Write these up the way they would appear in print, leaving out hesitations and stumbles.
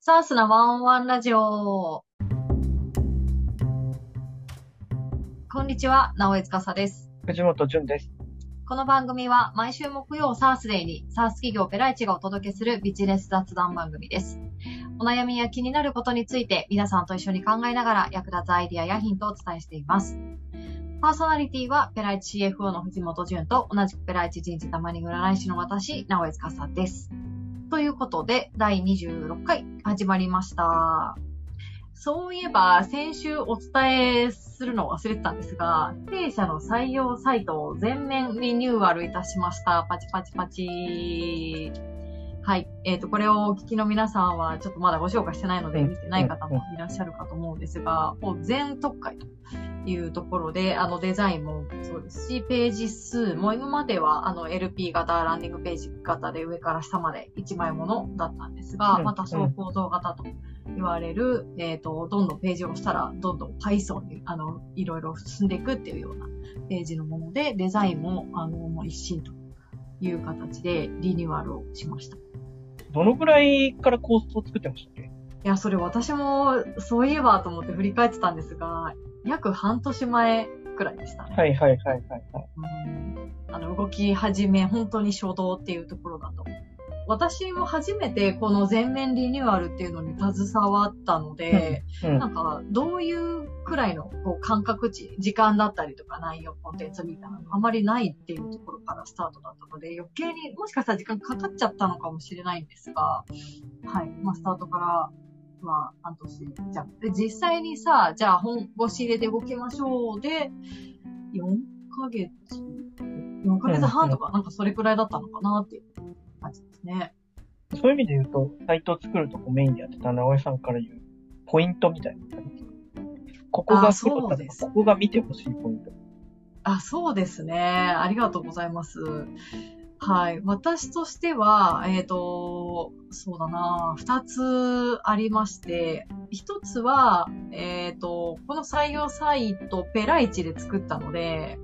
サースなワンワンラジオ。こんにちは、直江司です。 藤本淳です。 この番組は毎週木曜サースデーにサース企業ペライチがお届けするビジネス雑談番組です。お悩みや気になることについて皆さんと一緒に考えながら役立つアイディアやヒントをお伝えしています。パーソナリティはペライチ CFO の藤本淳と同じくペライチ人事たまに占い師の私、直江司です。ということで、第26回始まりました。そういえば、先週お伝えするのを忘れてたんですが、弊社の採用サイトを全面リニューアルいたしました。パチパチパチ。はい。これをお聞きの皆さんは、ちょっとまだご紹介してないので、見てない方もいらっしゃるかと思うんですが、もう全特化というところで、デザインもそうですし、ページ数も今まではLP 型、ランディングページ型で上から下まで1枚ものだったんですが、またそう構造型と言われる、どんどんページを押したら、どんどん階層に、いろいろ進んでいくっていうようなページのもので、デザインも、もう一新という形でリニューアルをしました。 どのくらいから構想を作ってましたっけ？ いや、それ私もそういえばと思って振り返ってたんですが、約半年前くらいでしたね。 はいはいはいはい、 はい。動き始め、本当に初動っていうところだと。私も初めてこの全面リニューアルっていうのに携わったので、なんかどういうくらいのこう感覚値、時間だったりとか内容、コンテンツみたいなのあまりないっていうところからスタートだったので、余計にもしかしたら時間かかっちゃったのかもしれないんですが、はい。まあスタートから半年じゃん。で、実際にさ、じゃあ本腰入れて動きましょうで、4ヶ月、4ヶ月半とか、なんかそれくらいだったのかなっていう感じですね。 そういう意味で言うと、サイトを作るとこメインでやってた直江さんから言うポイントみたいな感じ。ここがそうです。 ここが見てほしいポイント。 そうですね。ありがとうございます。はい。私としては、そうだな、二つありまして、一つは、この採用サイトペライチで作ったので、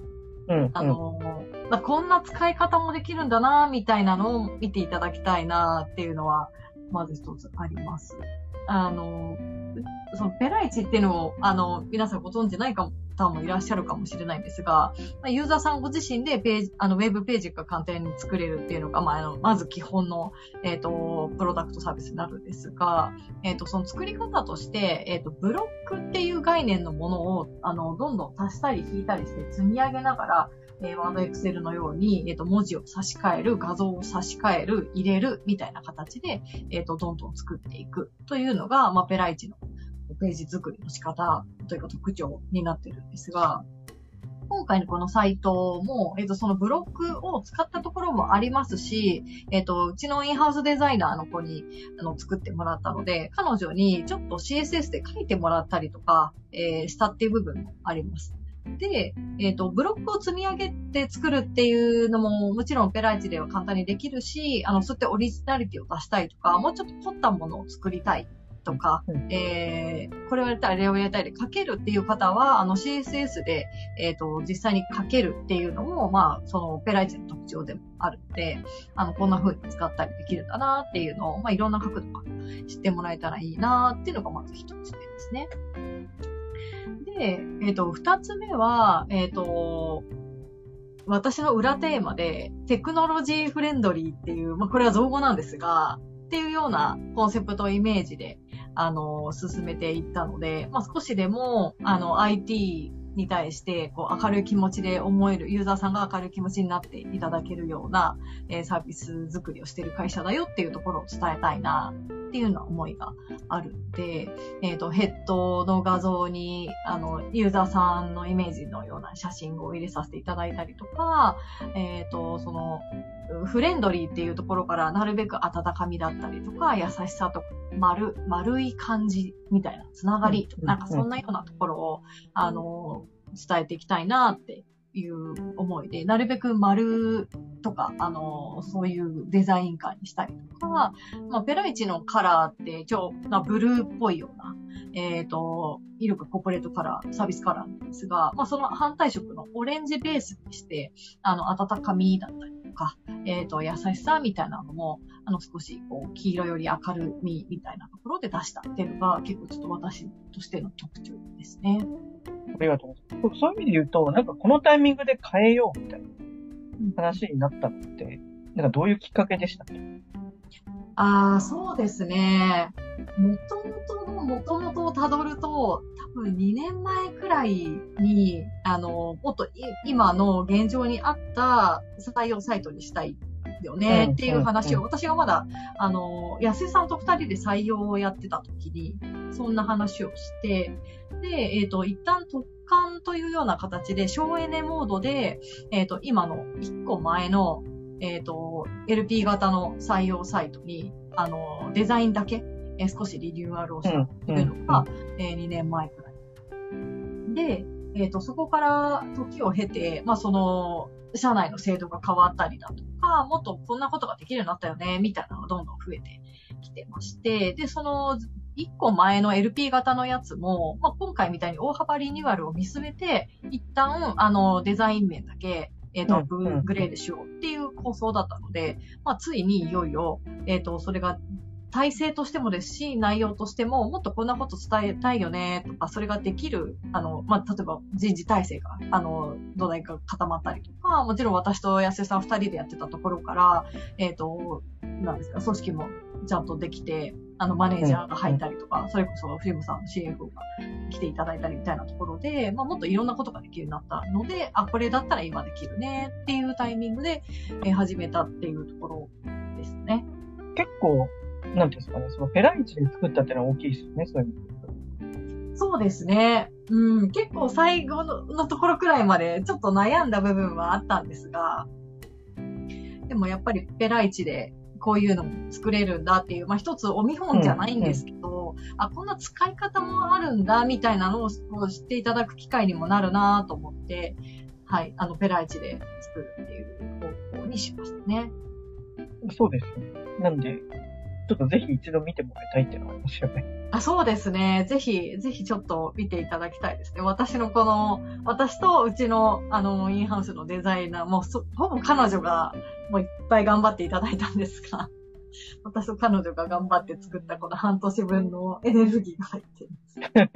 こんな使い方もできるんだな、みたいなのを見ていただきたいな、っていうのは、まず一つあります。そのペライチっていうのを、皆さんご存知ない方もいらっしゃるかもしれないんですが、ユーザーさんご自身でウェブページが簡単に作れるっていうのが、まず基本の、プロダクトサービスになるんですが、その作り方として、ブロックっていう概念のものを、どんどん足したり引いたりして積み上げながら、ワードエクセルのように、文字を差し替える、画像を差し替える、入れる、みたいな形で、どんどん作っていくというのが、ペライチのページ作りの仕方というか特徴になってるんですが、今回のこのサイトも、そのブロックを使ったところもありますし、うちのインハウスデザイナーの子に、作ってもらったので、彼女にちょっと CSS で書いてもらったりとか、したっていう部分もあります。で、ブロックを積み上げて作るっていうのも、もちろんペライチでは簡単にできるし、そうやってオリジナリティを出したいとか、もうちょっと凝ったものを作りたいとか、これをやりたい、あれをやりたいで書けるっていう方は、CSS で、実際に書けるっていうのも、そのペライチの特徴でもあるので、こんな風に使ったりできるんだなっていうのを、いろんな角度から知ってもらえたらいいなっていうのがまず一つ目ですね。で、二つ目は、私の裏テーマで、テクノロジーフレンドリーっていう、これは造語なんですが、っていうようなコンセプトイメージで、進めていったので、少しでも、IT に対して、明るい気持ちで思える、ユーザーさんが明るい気持ちになっていただけるような、サービス作りをしている会社だよっていうところを伝えたいな、っていうような思いがあるので、ヘッドの画像に、ユーザーさんのイメージのような写真を入れさせていただいたりとか、その、フレンドリーっていうところからなるべく温かみだったりとか、優しさとか、丸い感じみたいな、つながりとか、なんかそんなようなところを、伝えていきたいなっていう思いで、なるべく丸とか、そういうデザイン感にしたりとか、ペライチのカラーってブルーっぽいような、色がコーポレートカラー、サービスカラーなんですが、その反対色のオレンジベースにして、温かみだったりとか、優しさみたいなのも、少し、黄色より明るみみたいなところで出したっていうのが、結構ちょっと私としての特徴ですね。 ありがとうございます。そういう意味で言うと、なんかこのタイミングで変えようみたいな話になったのって、なんかどういうきっかけでしたっけ？ そうですね。もともとをたどると、多分2年前くらいに、もっと今の現状に合った採用サイトにしたいよねっていう話を、私がまだ、安井さんと2人で採用をやってた時に、そんな話をして、で、一旦特貫というような形で、省エネモードで、今の1個前の、LP 型の採用サイトに、デザインだけ、少しリニューアルをしたというのが、2年前くらい。で、そこから時を経て、社内の制度が変わったりだとか、もっとこんなことができるようになったよね、みたいなのがどんどん増えてきてまして、で、その、1個前の LP 型のやつも、今回みたいに大幅リニューアルを見据えて、一旦、デザイン面だけ、グレーでしようっていう構想だったので、ついにいよいよ、それが体制としてもですし、内容としても、もっとこんなこと伝えたいよね、とか、それができる、例えば人事体制が、土台が固まったりとか、もちろん私と安江さん二人でやってたところから、なんですか、組織もちゃんとできて、マネージャーが入ったりとか、それこそ藤本さんの CFO が来ていただいたりみたいなところで、もっといろんなことができるようになったので、これだったら今できるねっていうタイミングで、始めたっていうところですね。 結構、なんていうんですかね、そのペライチで作ったってのは大きいですよね、そういうの。そうですね。結構最後のところくらいまでちょっと悩んだ部分はあったんですが、でもやっぱりペライチでこういうのも作れるんだっていう、一つお見本じゃないんですけど、こんな使い方もあるんだみたいなのを知っていただく機会にもなるなと思って、はい、ペライチで作るっていう方向にしましたね。 そうですね。なんで、ちょっとぜひ一度見てもらいたいっていうのがありますよね。 そうですね。ぜひちょっと見ていただきたいですね。私とうちの、インハウスのデザイナーも、ほぼ彼女が、もういっぱい頑張っていただいたんですが、私と彼女が頑張って作ったこの半年分のエネルギーが入ってるん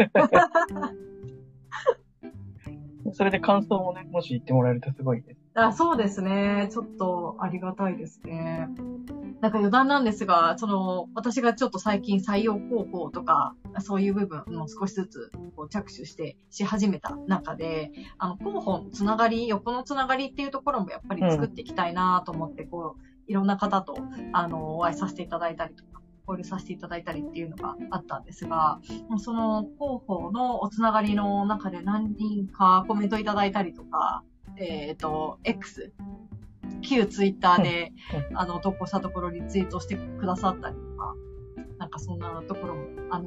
です。それで感想もね、もし言ってもらえるとすごいです。 そうですね。ちょっとありがたいですね。なんか余談なんですが、私がちょっと最近採用広報とか、そういう部分も少しずつ着手し始めた中で、広報のつながり、横のつながりっていうところもやっぱり作っていきたいなと思って、いろんな方と、お会いさせていただいたりとか、交流させていただいたりっていうのがあったんですが、その広報のおつながりの中で何人かコメントいただいたりとか、X、旧ツイッターで、投稿したところリツイートしてくださったりとか、なんかそんなところも、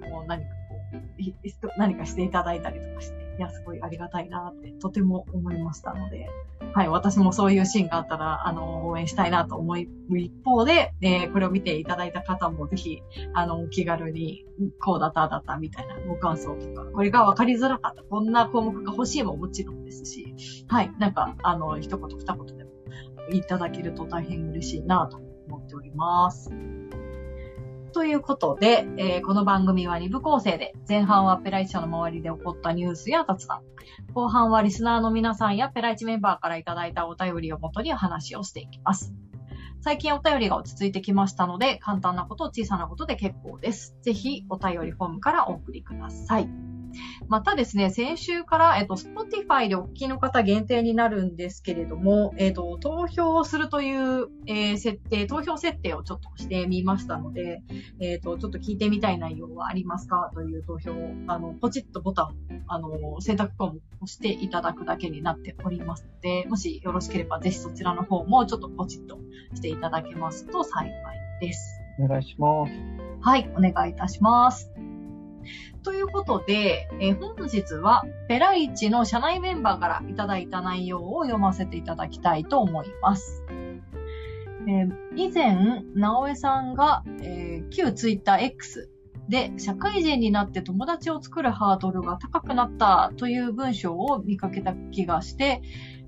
何かしていただいたりとかして、いや、すごいありがたいなって、とても思いましたので、はい、私もそういうシーンがあったら、応援したいなと思う一方で、これを見ていただいた方もぜひ、気軽に、こうだったみたいなご感想とか、これが分かりづらかった、こんな項目が欲しいももちろんですし、はい、なんか、一言二言でもいただけると大変嬉しいなと思っております。ということで、この番組は2部構成で、前半はペライチ社の周りで起こったニュースや雑談、後半はリスナーの皆さんやペライチメンバーからいただいたお便りをもとにお話をしていきます。最近お便りが落ち着いてきましたので、簡単なこと、小さなことで結構です。ぜひお便りフォームからお送りください。またですね、先週から、Spotify でお聞きの方限定になるんですけれども、投票をするという、投票設定をちょっとしてみましたので、ちょっと聞いてみたい内容はありますかという投票を、ポチッとボタン、選択項目を押していただくだけになっておりますので、もしよろしければぜひそちらの方もちょっとポチッとしていただけますと幸いです。 お願いします。 はい、お願いいたします。ということで、本日はペライチの社内メンバーからいただいた内容を読ませていただきたいと思います。以前、直江さんが、旧ツイッター X で社会人になって友達を作るハードルが高くなったという文章を見かけた気がして、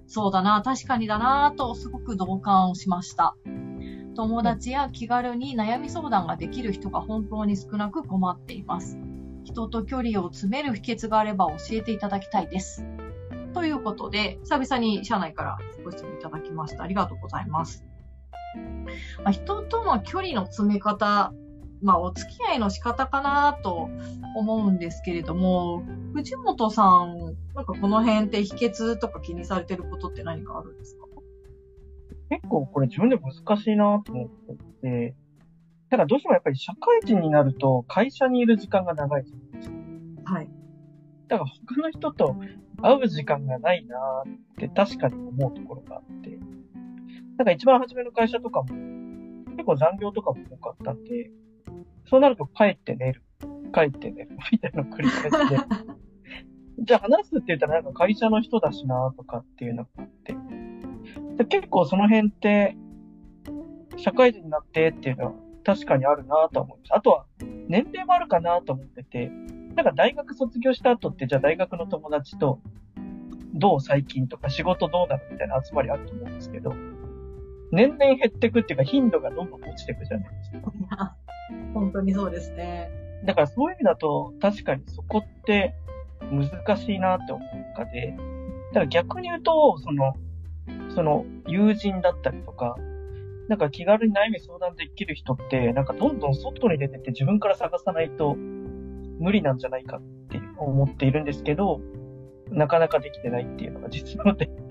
そうだな、確かにだなとすごく同感をしました。友達や気軽に悩み相談ができる人が本当に少なく困っています。人と距離を詰める秘訣があれば教えていただきたいです。ということで、久々に社内からご質問いただきました。ありがとうございます。人との距離の詰め方、お付き合いの仕方かなと思うんですけれども、藤本さん、なんかこの辺って秘訣とか気にされてることって何かあるんですか？ 結構これ自分で難しいなと思ってて、だからどうしてもやっぱり社会人になると会社にいる時間が長いじゃないですか。 はい。 だから他の人と会う時間がないなって確かに思うところがあって、なんか一番初めの会社とかも結構残業とかも多かったんで、そうなると帰って寝るみたいなの繰り返しで、じゃあ話すって言ったらなんか会社の人だしなとかっていうのがあって、で結構その辺って社会人になってっていうのは確かにあるなと思います。あとは年齢もあるかなと思ってて、なんか大学卒業した後ってじゃあ大学の友達とどう最近とか仕事どうなるみたいな集まりあると思うんですけど、年々減ってくっていうか頻度がどんどん落ちてくじゃないですか。 いや、本当にそうですね。 だからそういう意味だと確かにそこって難しいなって思うかで、だから逆に言うと、その友人だったりとか、なんか気軽に悩み相談できる人って、なんかどんどん外に出てって自分から探さないと無理なんじゃないかって思っているんですけど、なかなかできてないっていうのが実の点です。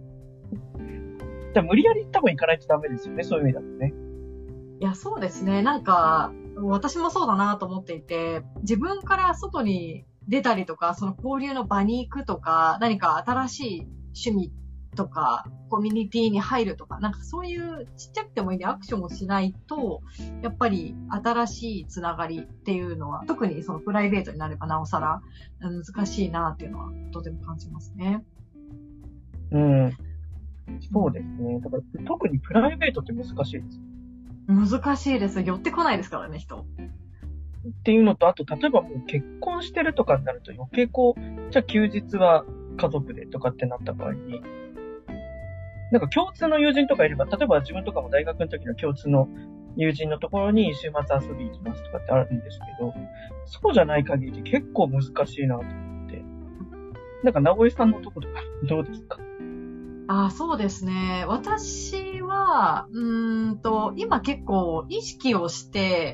無理やり多分行かないとダメですよね、そういう意味だとね。 いや、そうですね。なんか、私もそうだなと思っていて、自分から外に出たりとか、その交流の場に行くとか、何か新しい趣味とか、コミュニティに入るとか、なんかそういうちっちゃくてもいいんでアクションをしないと、やっぱり新しいつながりっていうのは、特にそのプライベートになればなおさら難しいなっていうのはとても感じますね。 うん。そうですね。だから特にプライベートって難しいです。 難しいです。寄ってこないですからね、人。 っていうのと、あと、例えばもう結婚してるとかになると余計じゃあ休日は家族でとかってなった場合に、なんか共通の友人とかいれば、例えば自分とかも大学の時の共通の友人のところに週末遊び行きますとかってあるんですけど、そうじゃない限り結構難しいなと思って。なんか、直江さんのところとかどうですか？ そうですね。私は、今結構意識をして、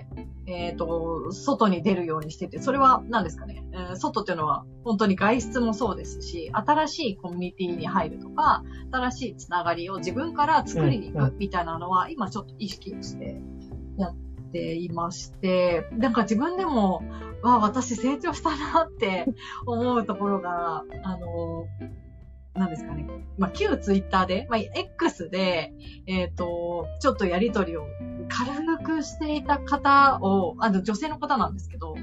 外に出るようにしてて、それは何ですかね、外っていうのは本当に外出もそうですし、新しいコミュニティに入るとか、新しいつながりを自分から作りに行くみたいなのは、今ちょっと意識をしてやっていまして、なんか自分でも、私成長したなって思うところが、なんですかね。旧ツイッターで、X で、ちょっとやりとりを軽くしていた方を、女性の方なんですけど、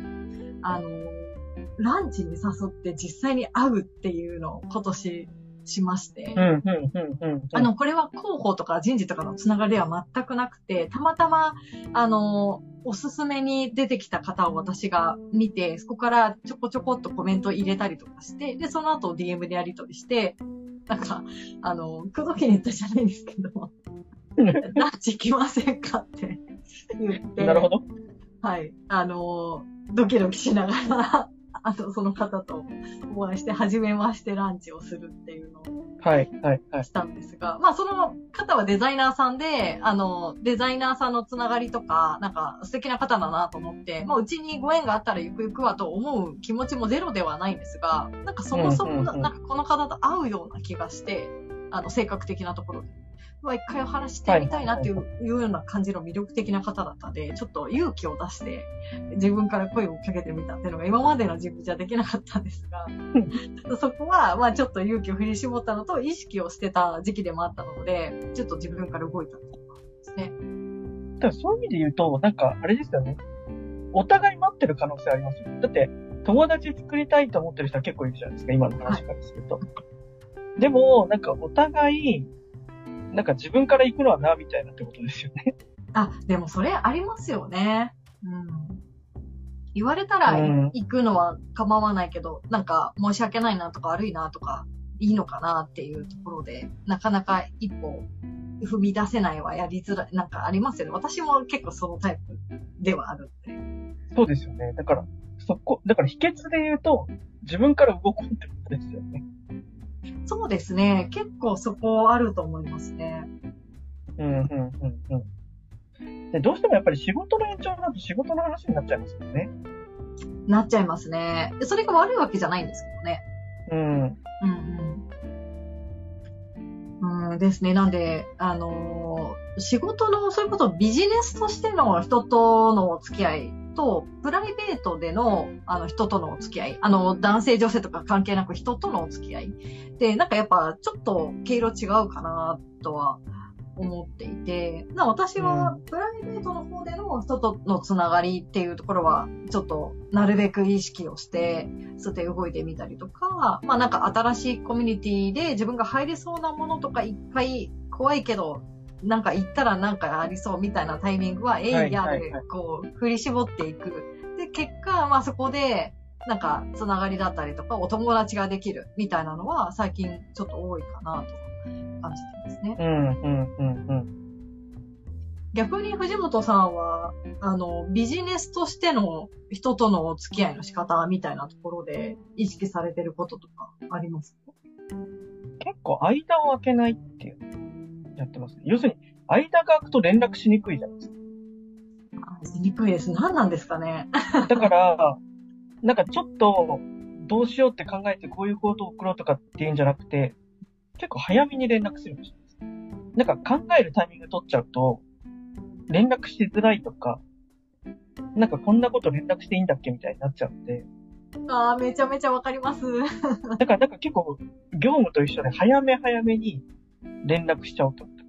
ランチに誘って実際に会うっていうのを今年しまして、これは広報とか人事とかのつながりでは全くなくて、たまたま、おすすめに出てきた方を私が見て、そこからちょこちょこっとコメント入れたりとかして、で、その後 DM でやり取りして、なんか、口説きに行ったじゃないんですけど、ランチ行きませんかって言って、 なるほど。 はい、ドキドキしながら、その方とお会いして、初めましてランチをするっていうのをしたんですが、その方はデザイナーさんで、デザイナーさんのつながりとか、なんか素敵な方だなと思って、うちにご縁があったらゆくゆくはと思う気持ちもゼロではないんですが、なんかそもそも、なんかこの方と会うような気がして、性格的なところで。一回お話してみたいなっていうような感じの魅力的な方だったんで、ちょっと勇気を出して自分から声をかけてみたっていうのが今までの自分じゃできなかったんですが、そこは、ちょっと勇気を振り絞ったのと意識をしてた時期でもあったので、ちょっと自分から動いたっていうことですね。 だからそういう意味で言うと、なんかあれですよね。お互い待ってる可能性ありますよ。だって、友達作りたいと思ってる人は結構いるじゃないですか、今の話からすると。でも、なんかお互い、なんか自分から行くのはな、みたいなってことですよね。 でもそれありますよね。言われたら行くのは構わないけど、なんか申し訳ないなとか悪いなとか、 いいのかなっていうところで、なかなか一歩踏み出せないはやりづらい、なんかありますよね。私も結構そのタイプではあるんで。 そうですよね。だから秘訣で言うと、自分から動くってことですよね。 そうですね。結構そこあると思いますね。 で、どうしてもやっぱり仕事の延長だと仕事の話になっちゃいますよね。 なっちゃいますね。それが悪いわけじゃないんですけどね。ですね。なんで、仕事の、そういうことビジネスとしての人とのお付き合いと、プライベートでの、人とのお付き合い、男性女性とか関係なく人とのお付き合いで、なんかやっぱちょっと毛色違うかなとは思っていて、私はプライベートの方での人とのつながりっていうところは、ちょっとなるべく意識をして、そうやって動いてみたりとか、なんか新しいコミュニティで自分が入れそうなものとかいっぱい怖いけど、なんか行ったらなんかありそうみたいなタイミングは、やで、こう、振り絞っていく。で、結果、そこで、なんか、つながりだったりとか、お友達ができるみたいなのは、最近ちょっと多いかなと感じてますね。逆に藤本さんは、ビジネスとしての人とのお付き合いの仕方みたいなところで意識されてることとかありますか？ 結構間を空けないっていうやってますね。要するに、間が空くと連絡しにくいじゃないですか。 しにくいです。何なんですかね。 だから、なんかちょっと、どうしようって考えてこういうことを送ろうとかっていうんじゃなくて、結構早めに連絡するようにしてます。なんか考えるタイミング取っちゃうと、連絡しづらいとか、なんかこんなこと連絡していいんだっけみたいになっちゃうんで。 めちゃめちゃわかります。 だからなんか結構、業務と一緒で早めに連絡しちゃおうと思って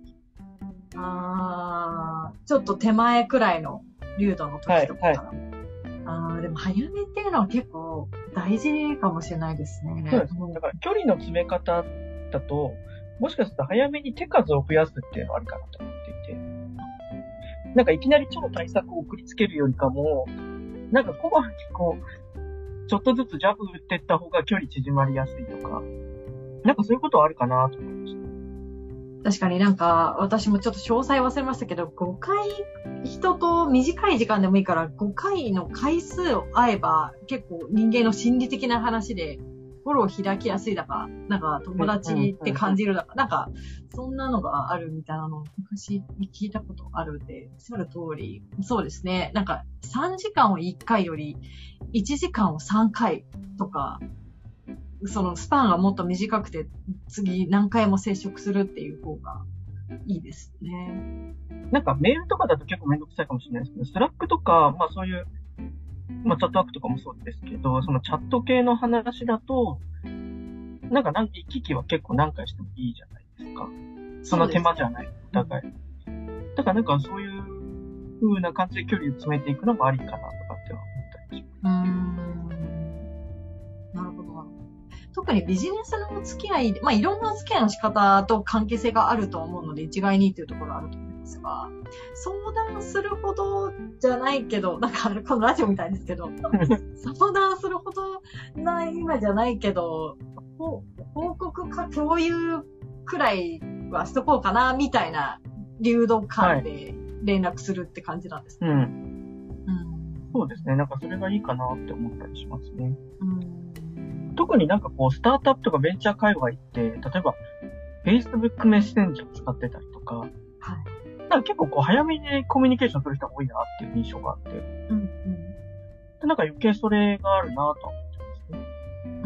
ます。ちょっと手前くらいの流度の時とかからも。でも早めっていうのは結構大事かもしれないですね。 そうです。だから距離の詰め方だと、もしかすると早めに手数を増やすっていうのはありかなと思っていて。なんかいきなり超対策を送りつけるよりかも、なんか小判にこう、ちょっとずつジャブ打っていった方が距離縮まりやすいとか、なんかそういうことはあるかなと思いました。 確かになんか、私もちょっと詳細忘れましたけど、5回人と短い時間でもいいから、5回の回数を会えば、結構人間の心理的な話で、心を開きやすいだか、なんか友達って感じるだか、なんか、そんなのがあるみたいなのを昔聞いたことあるんで、おっしゃる通り、そうですね。なんか、3時間を1回より、1時間を3回とか、そのスパンがもっと短くて、次何回も接触するっていう方がいいですね。 なんかメールとかだと結構めんどくさいかもしれないですけど、スラックとか、そういう、チャットワークとかもそうですけど、そのチャット系の話だと、なんか行き来は結構何回してもいいじゃないですか。その手間じゃない、お互い。だからなんかそういう風な感じで距離を詰めていくのもありかなとかっては思ったりします。 なるほど。特にビジネスのお付き合いで、いろんなお付き合いの仕方と関係性があると思うので、一概にっていうところあると思いますが、相談するほどじゃないけど、なんかこのラジオみたいですけど、相談するほどない今じゃないけど、報告か共有くらいはしとこうかな、みたいな流動感で連絡するって感じなんですね。 そうですね。なんかそれがいいかなって思ったりしますね。特になんかこう、スタートアップとかベンチャー界隈って、例えば、Facebook メッセンジャー使ってたりとか、なんか結構こう、早めにコミュニケーションする人が多いなっていう印象があって、でなんか余計それがあるなとは思って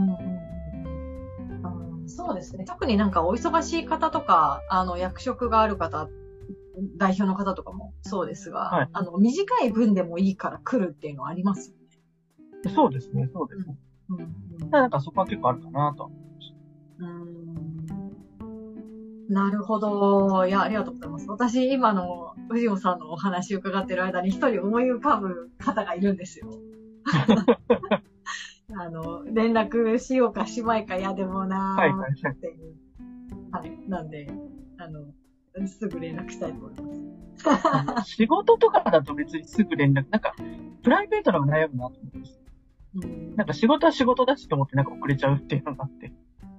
ますね。そうですね。特になんかお忙しい方とか、役職がある方、代表の方とかもそうですが、短い分でもいいから来るっていうのはありますよね。そうですね。なんかそこは結構あるかなと思いました。 なるほど。いや、ありがとうございます。私、今の藤本さんのお話を伺っている間に一人思い浮かぶ方がいるんですよ。連絡しようかしまいか嫌でもなーっていう。なんで、すぐ連絡したいと思います。仕事とかだと別にすぐ連絡、なんか、プライベートの方が悩むなと思います。なんか仕事は仕事だしと思ってなんか遅れちゃうっていうのがあって。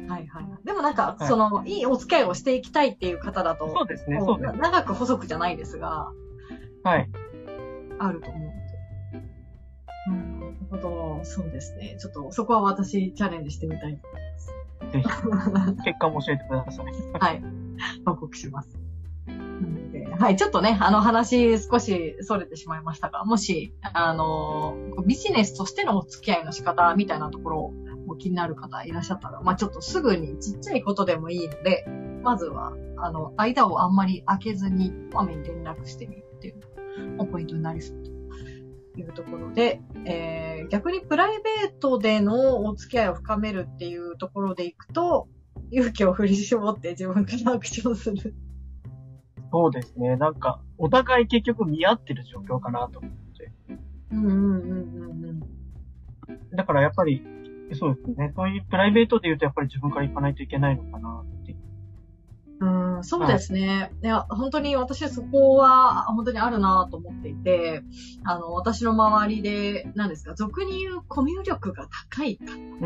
はいはい。でもなんか、 はいいいお付き合いをしていきたいっていう方だと、 そうですね、そうです。 長く細くじゃないですが、 はい。 あると思うので。なるほど。そうですね。ちょっと、そこは私、チャレンジしてみたいとぜひ、 思います。 結果も教えてください。 はい。報告します。なので、はい。ちょっとね、話少し逸れてしまいましたが、もし、ビジネスとしてのお付き合いの仕方みたいなところも気になる方いらっしゃったら、まあちょっとすぐにちっちゃいことでもいいので、まずは、間をあんまり空けずに、まめに連絡してみるっていうのもポイントになりそうというところで、逆にプライベートでのお付き合いを深めるっていうところでいくと、勇気を振り絞って自分からアクションする。 そうですね。なんか、お互い結局見合ってる状況かなと思って。 うんうんうんうんうん。 だからやっぱり、そうですね。そういうプライベートで言うとやっぱり自分から行かないといけないのかなって。 そうではい。 すね。いや、本当に私そこは本当にあるなと思っていて、私の周りで、何ですか、俗に言うコミュ力が高い方うん。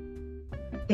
って、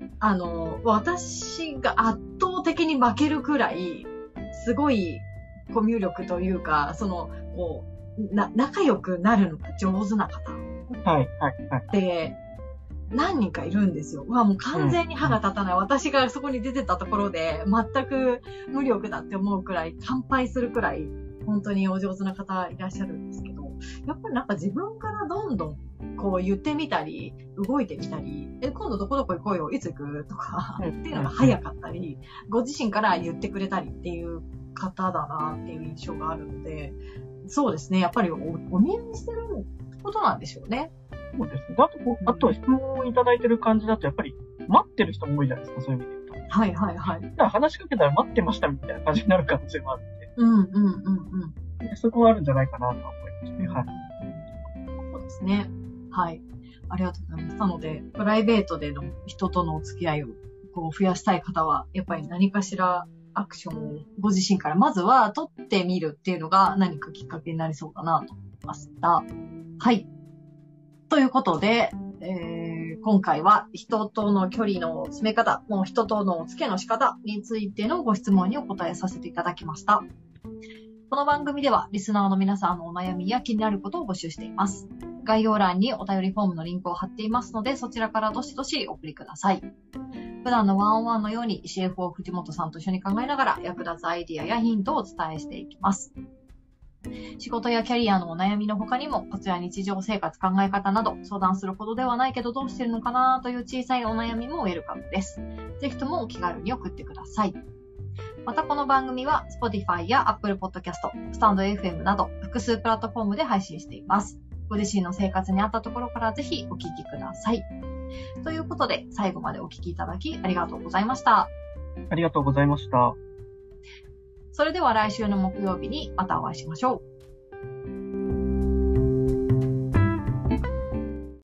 私が圧倒的に負けるくらい、すごいコミュ力というか、こ仲良くなるのが上手な方はい、はい、はい。 で、何人かいるんですよ。もううん、 完全に歯うん。 が立たない。私がそこに出てたところで、全く無力だって思うくらい、乾杯するくらい、本当にお上手な方いらっしゃるんですけど、やっぱりなんか自分からどんどん、こう言ってみたり、動いてみたり、今度どこどこ行こうよ、いつ行くとか、 うん、 っていううん、うん。 のが早かったり、ご自身から言ってくれたりっていう方だなっていう印象があるので、そうですね。やっぱりお見合いにしてることなんでしょうね。 そうですね。あと質問をいただいてる感じだと、やっぱり待ってる人も多いじゃないですか、そういう意味で言うと。 はいはいはい。 だから話しかけたら待ってましたみたいな感じになる可能性もあるんうんうんうんうん。 で、そこはあるんじゃないかなとは思いますね。はい。 そうですね。はい。ありがとうございます。なので、プライベートでの人とのお付き合いをこう増やしたい方は、やっぱり何かしらアクションをご自身からまずは取ってみるっていうのが何かきっかけになりそうだなと思いました。はい。ということで、今回は人との距離の詰め方、もう人とのお付き合いの仕方についてのご質問にお答えさせていただきました。この番組ではリスナーの皆さんのお悩みや気になることを募集しています。概要欄にお便りフォームのリンクを貼っていますので、そちらからどしどしお送りください。普段のワンオンワンのように CFO 藤本さんと一緒に考えながら役立つアイディアやヒントをお伝えしていきます。仕事やキャリアのお悩みの他にも、コツや日常生活、考え方など、相談するほどではないけどどうしてるのかなという小さいお悩みもウェルカムです。ぜひともお気軽に送ってください。またこの番組は Spotify や Apple Podcast、Stand FM など複数プラットフォームで配信しています。ご自身の生活に合ったところからぜひお聞きください。ということで、最後までお聞きいただきありがとうございました。 ありがとうございました。 それでは来週の木曜日にまたお会いしましょう。